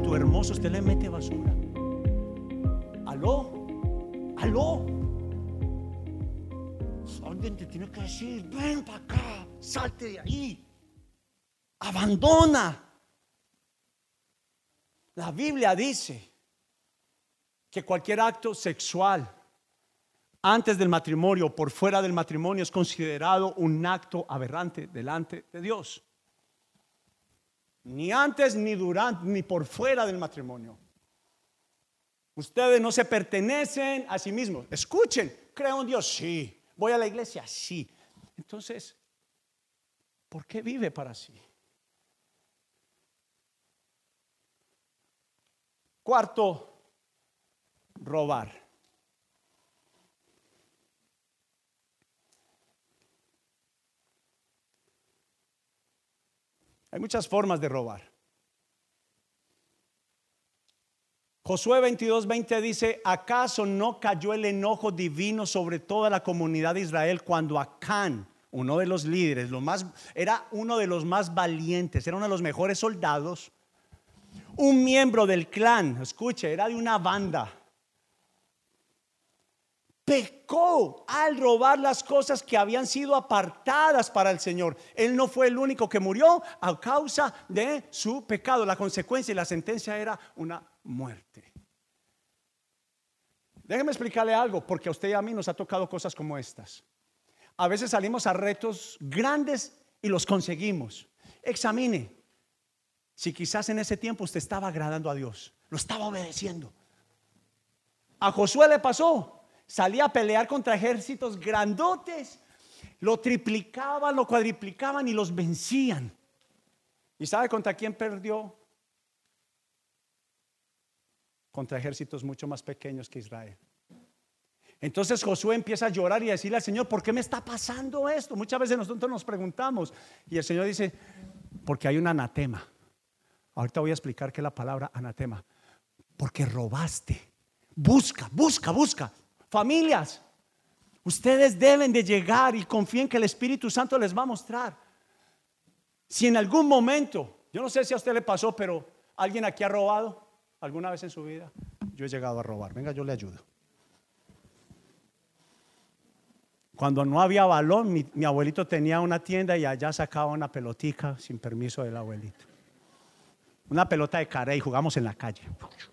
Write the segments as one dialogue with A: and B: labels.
A: lindo, hermoso, usted le mete basura. Aló. Alguien te tiene que decir: ven para acá, salte de ahí, abandona. La Biblia dice que cualquier acto sexual antes del matrimonio o por fuera del matrimonio es considerado un acto aberrante delante de Dios. Ni antes, ni durante, ni por fuera del matrimonio. Ustedes no se pertenecen a sí mismos. Escuchen, creo en Dios, sí. Voy a la iglesia, sí. Entonces, ¿por qué vive para sí? Cuarto, robar. Hay muchas formas de robar. Josué 22:20 dice: ¿acaso no cayó el enojo divino sobre toda la comunidad de Israel cuando Acán, uno de los líderes, era uno de los más valientes, era uno de los mejores soldados, un miembro del clan, escuche, era de una banda, pecó al robar las cosas que habían sido apartadas para el Señor? Él no fue el único que murió a causa de su pecado. La consecuencia y la sentencia era una muerte. Déjeme explicarle algo, porque a usted y a mí nos ha tocado cosas como estas. A veces salimos a retos grandes y los conseguimos. Examine si quizás en ese tiempo usted estaba agradando a Dios, lo estaba obedeciendo. A Josué le pasó. Salía a pelear contra ejércitos grandotes, lo triplicaban, lo cuadriplicaban y los vencían. ¿Y sabe contra quién perdió? Contra ejércitos mucho más pequeños que Israel. Entonces Josué empieza a llorar y a decirle al Señor: ¿por qué me está pasando esto? Muchas veces nosotros nos preguntamos y el Señor dice: porque hay un anatema. Ahorita voy a explicar qué es la palabra anatema. Porque robaste. Busca. Familias, ustedes deben de llegar y confíen que el Espíritu Santo les va a mostrar. Si en algún momento, yo no sé si a usted le pasó, pero ¿alguien aquí ha robado alguna vez en su vida? Yo he llegado a robar. Venga, yo le ayudo. Cuando no había balón, mi abuelito tenía una tienda y allá sacaba una pelotica sin permiso del abuelito. Una pelota de carey y jugamos en la calle.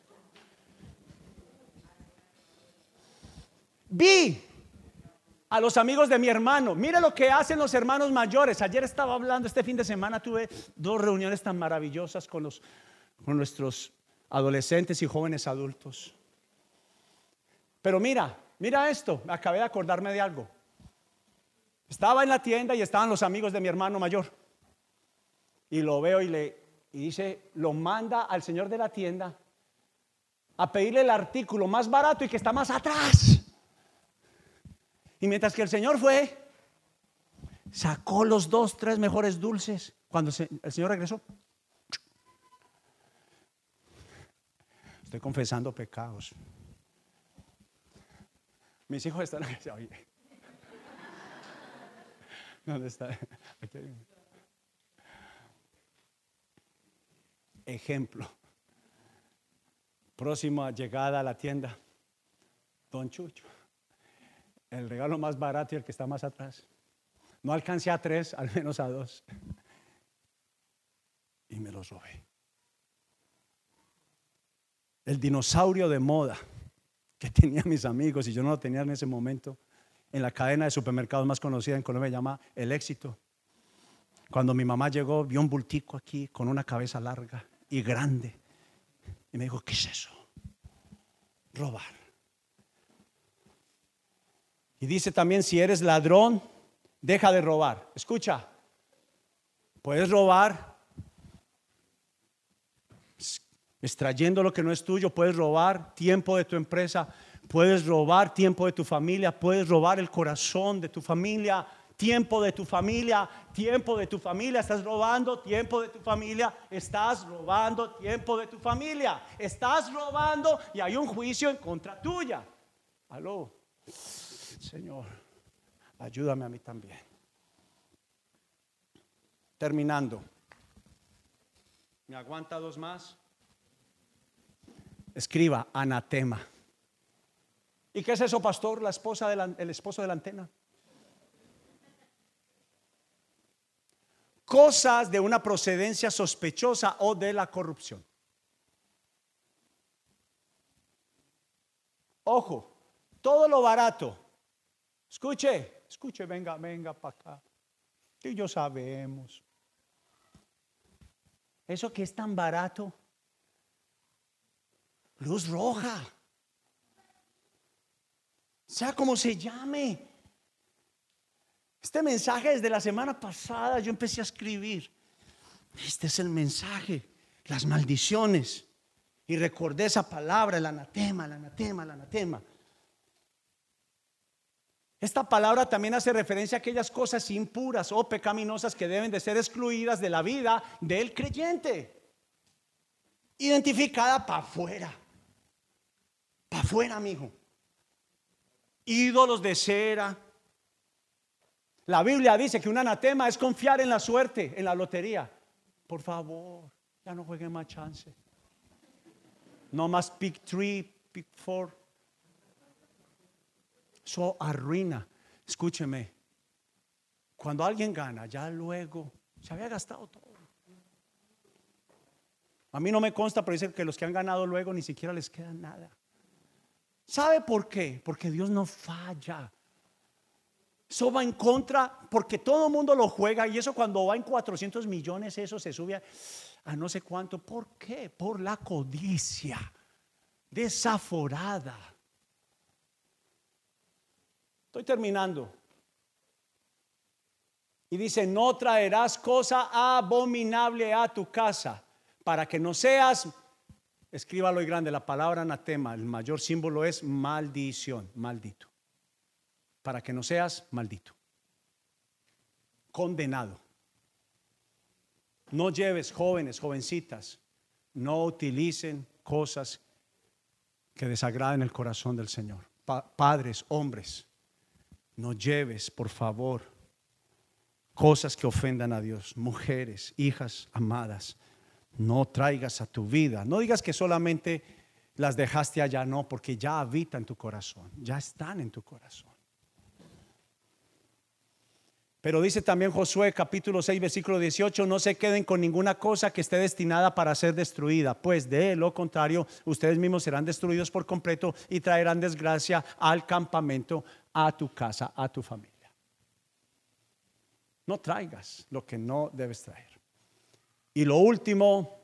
A: Vi a los amigos de mi hermano. Mire lo que hacen los hermanos mayores. Ayer estaba hablando, este fin de semana tuve 2 reuniones tan maravillosas con nuestros adolescentes y jóvenes adultos. Pero mira esto, acabé de acordarme de algo. Estaba en la tienda y estaban los amigos de mi hermano mayor. Y lo veo y dice, lo manda al señor de la tienda a pedirle el artículo más barato y que está más atrás. Y mientras que el señor fue, sacó los 2, 3 mejores dulces. Cuando el señor regresó, estoy confesando pecados. Mis hijos están aquí. Oye, ¿dónde está? Aquí hay. Ejemplo. Próxima llegada a la tienda, Don Chucho. El regalo más barato y el que está más atrás. No alcancé a 3, al menos a 2. Y me los robé. El dinosaurio de moda que tenía mis amigos y yo no lo tenía en ese momento, en la cadena de supermercados más conocida en Colombia, se llama El Éxito. Cuando mi mamá llegó, vio un bultico aquí con una cabeza larga y grande y me dijo: ¿qué es eso? Robar. Y dice también: si eres ladrón, deja de robar. Escucha, puedes robar extrayendo lo que no es tuyo, puedes robar tiempo de tu empresa, puedes robar tiempo de tu familia, puedes robar el corazón de tu familia, tiempo de tu familia, estás robando tiempo de tu familia, estás robando tiempo de tu familia, estás robando y hay un juicio en contra tuya. Aló. Señor, ayúdame a mí también. Terminando. ¿Me aguanta 2 más? Escriba anatema. ¿Y qué es eso, pastor? El esposo de la antena. Cosas de una procedencia sospechosa o de la corrupción. Ojo, todo lo barato. Escuche, venga para acá. Tú y yo sabemos. Eso que es tan barato. Luz roja. Sea como se llame. Este mensaje desde la semana pasada yo empecé a escribir. Este es el mensaje, las maldiciones. Y recordé esa palabra, el anatema, el anatema, el anatema. Esta palabra también hace referencia a aquellas cosas impuras o pecaminosas que deben de ser excluidas de la vida del creyente. Identificada para afuera. Para afuera, amigo. Ídolos de cera. La Biblia dice que un anatema es confiar en la suerte, en la lotería. Por favor, ya no jueguen más chance. No más pick 3, pick 4. Eso arruina. Escúcheme. Cuando alguien gana, ya luego se había gastado todo. A mí no me consta, pero dicen que los que han ganado luego ni siquiera les queda nada. ¿Sabe por qué? Porque Dios no falla. Eso va en contra, porque todo el mundo lo juega. Y eso cuando va en 400 millones, eso se sube a no sé cuánto. ¿Por qué? Por la codicia desaforada. Estoy terminando. Y dice: no traerás cosa abominable a tu casa, para que no seas, escríbalo y grande, la palabra anatema, el mayor símbolo es maldición, maldito. Para que no seas maldito, condenado. No lleves, jóvenes, jovencitas, no utilicen cosas que desagraden el corazón del Señor. Padres, hombres, no lleves, por favor, cosas que ofendan a Dios. Mujeres, hijas amadas, no traigas a tu vida. No digas que solamente las dejaste allá, no, porque ya habitan en tu corazón, ya están en tu corazón. Pero dice también Josué capítulo 6 versículo 18: no se queden con ninguna cosa que esté destinada para ser destruida, pues de lo contrario ustedes mismos serán destruidos por completo y traerán desgracia al campamento, a tu casa, a tu familia. No traigas lo que no debes traer. Y lo último,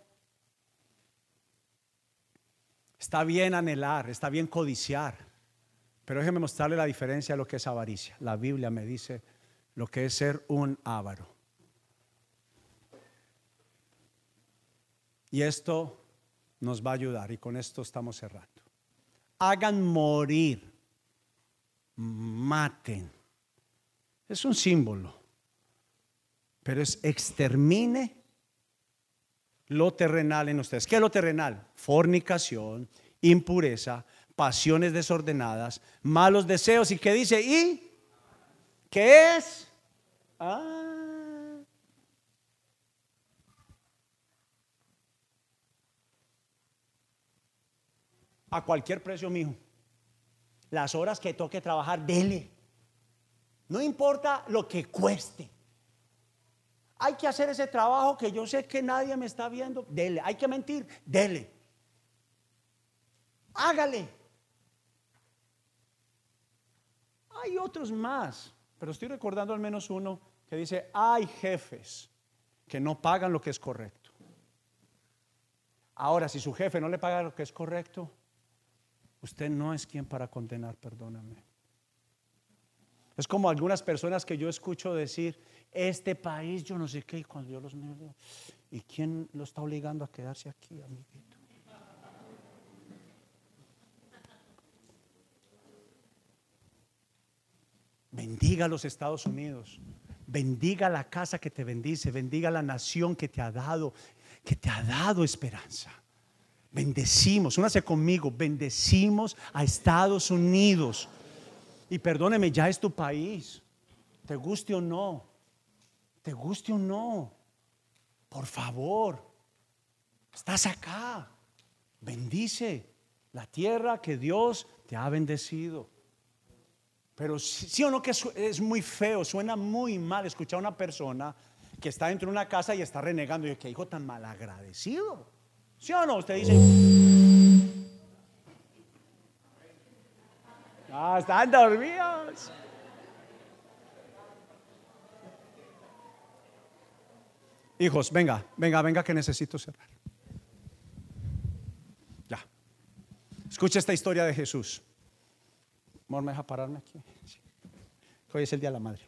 A: está bien anhelar, está bien codiciar, pero déjeme mostrarle la diferencia de lo que es avaricia. La Biblia me dice lo que es ser un avaro. Y esto nos va a ayudar, y con esto estamos cerrando. Hagan morir, maten. Es un símbolo, pero es extermine lo terrenal en ustedes. ¿Qué es lo terrenal? Fornicación, impureza, pasiones desordenadas, malos deseos. ¿Y qué dice? ¿Y qué es? A cualquier precio, mijo. Las horas que toque trabajar, dele. No importa lo que cueste. Hay que hacer ese trabajo que yo sé que nadie me está viendo, dele. Hay que mentir, dele. Hágale. Hay otros más, pero estoy recordando al menos uno que dice: hay jefes que no pagan lo que es correcto. Ahora, si su jefe no le paga lo que es correcto, usted no es quien para condenar, perdóname. Es como algunas personas que yo escucho decir: este país, yo no sé qué, y cuando yo los miro, ¿y quién lo está obligando a quedarse aquí, amiguito? Bendiga a los Estados Unidos, bendiga la casa que te bendice, bendiga la nación que te ha dado esperanza. Bendecimos, únase conmigo, bendecimos a Estados Unidos. Y perdóneme, ya es tu país, te guste o no, por favor, estás acá, bendice, La tierra que Dios te ha bendecido. Pero sí o no que es muy feo, suena muy mal escuchar a una persona que está dentro de una casa y está renegando. Y que hijo tan malagradecido. ¿Sí o no? Usted dice, están dormidos. Hijos, venga que necesito cerrar. Ya. Escucha esta historia de Jesús. Amor, ¿me deja pararme aquí? Sí. Hoy es el Día de la Madre.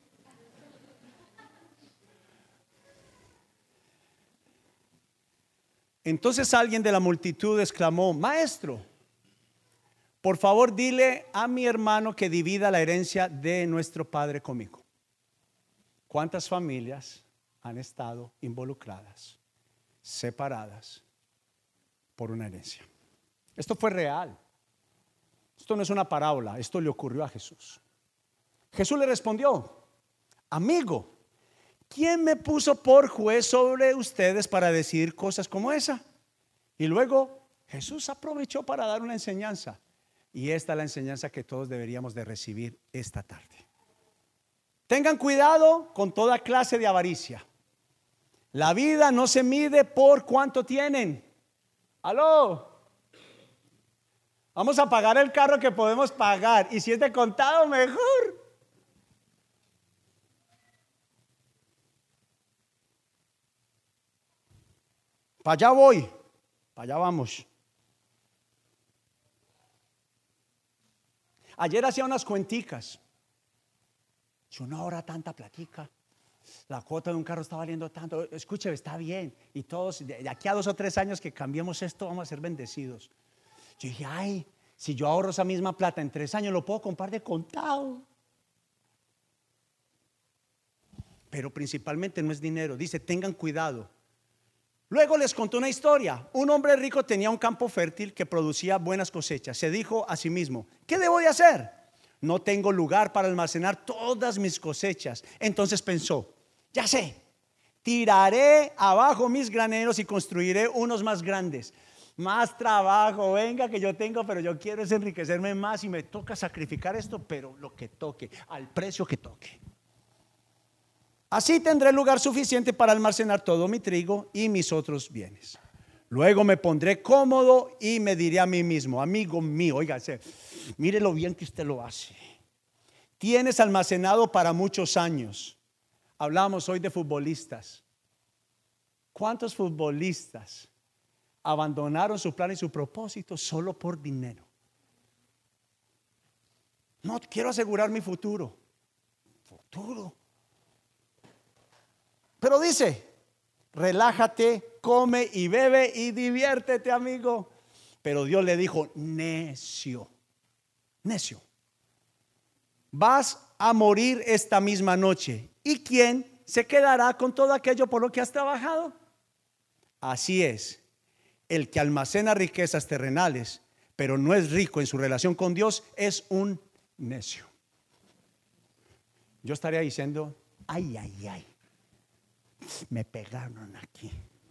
A: Entonces alguien de la multitud exclamó: Maestro, por favor dile a mi hermano que divida la herencia de nuestro padre conmigo. ¿Cuántas familias han estado involucradas, separadas por una herencia? Esto fue real. Esto no es una parábola, esto le ocurrió a Jesús. Jesús le respondió: amigo, ¿quién me puso por juez sobre ustedes para decidir cosas como esa? Y luego Jesús aprovechó para dar una enseñanza. Y esta es la enseñanza que todos deberíamos de recibir esta tarde. Tengan cuidado con toda clase de avaricia. La vida no se mide por cuánto tienen. ¿Aló? Vamos a pagar el carro que podemos pagar. Y si es de contado, mejor. Para allá voy. Para allá vamos. Ayer hacía unas cuenticas. Si uno ahorra tanta platica, la cuota de un carro está valiendo tanto. Escuche, está bien. Y todos, de aquí a 2 o 3 años que cambiemos esto, vamos a ser bendecidos. Yo dije, ay, si yo ahorro esa misma plata en 3 años, lo puedo comprar de contado. Pero principalmente no es dinero. Dice, tengan cuidado. Luego les contó una historia. Un hombre rico tenía un campo fértil que producía buenas cosechas. Se dijo a sí mismo, ¿qué debo de hacer? No tengo lugar para almacenar todas mis cosechas. Entonces pensó, ya sé, tiraré abajo mis graneros y construiré unos más grandes. Más trabajo, venga que yo tengo, pero yo quiero es enriquecerme más y me toca sacrificar esto, pero lo que toque, al precio que toque. Así tendré lugar suficiente para almacenar todo mi trigo y mis otros bienes. Luego me pondré cómodo y me diré a mí mismo, amigo mío, óigase, mire lo bien que usted lo hace. Tienes almacenado para muchos años. Hablamos hoy de futbolistas. ¿Cuántos futbolistas abandonaron su plan y su propósito solo por dinero? No, quiero asegurar mi futuro. Pero dice, relájate, come y bebe y diviértete, amigo. Pero Dios le dijo, necio, vas a morir esta misma noche. ¿Y quién se quedará con todo aquello por lo que has trabajado? Así es, el que almacena riquezas terrenales, pero no es rico en su relación con Dios, es un necio. Yo estaría diciendo, ay, me pegaron aquí.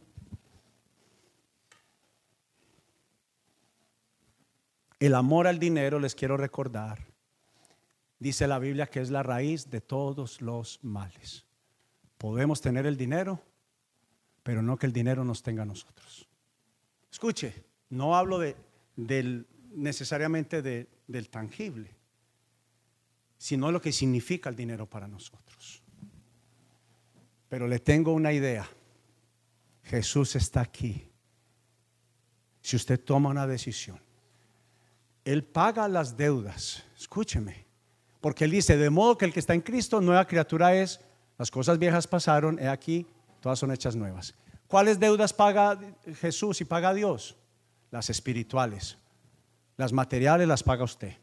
A: El amor al dinero, les quiero recordar, dice la Biblia que es la raíz de todos los males. Podemos tener el dinero, pero no que el dinero nos tenga a nosotros. Escuche, no hablo necesariamente del tangible, sino lo que significa el dinero para nosotros. Pero le tengo una idea. Jesús está aquí. Si usted toma una decisión, Él paga las deudas. Escúcheme, porque Él dice, de modo que el que está en Cristo, nueva criatura es. Las cosas viejas pasaron, he aquí, todas son hechas nuevas. ¿Cuáles deudas paga Jesús y paga Dios? Las espirituales. Las materiales las paga usted.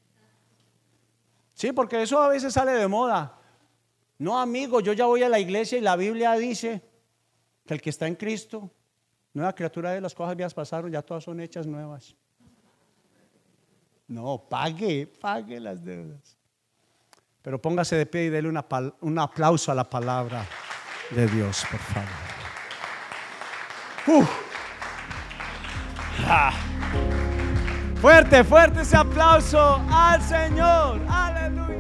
A: Sí, porque eso a veces sale de moda. No, amigo, yo ya voy a la iglesia y la Biblia dice que el que está en Cristo, nueva criatura de las cosas viejas pasaron, ya todas son hechas nuevas. No, pague las deudas. Pero póngase de pie y dele un aplauso a la palabra de Dios, por favor. Fuerte, fuerte ese aplauso al Señor. Aleluya.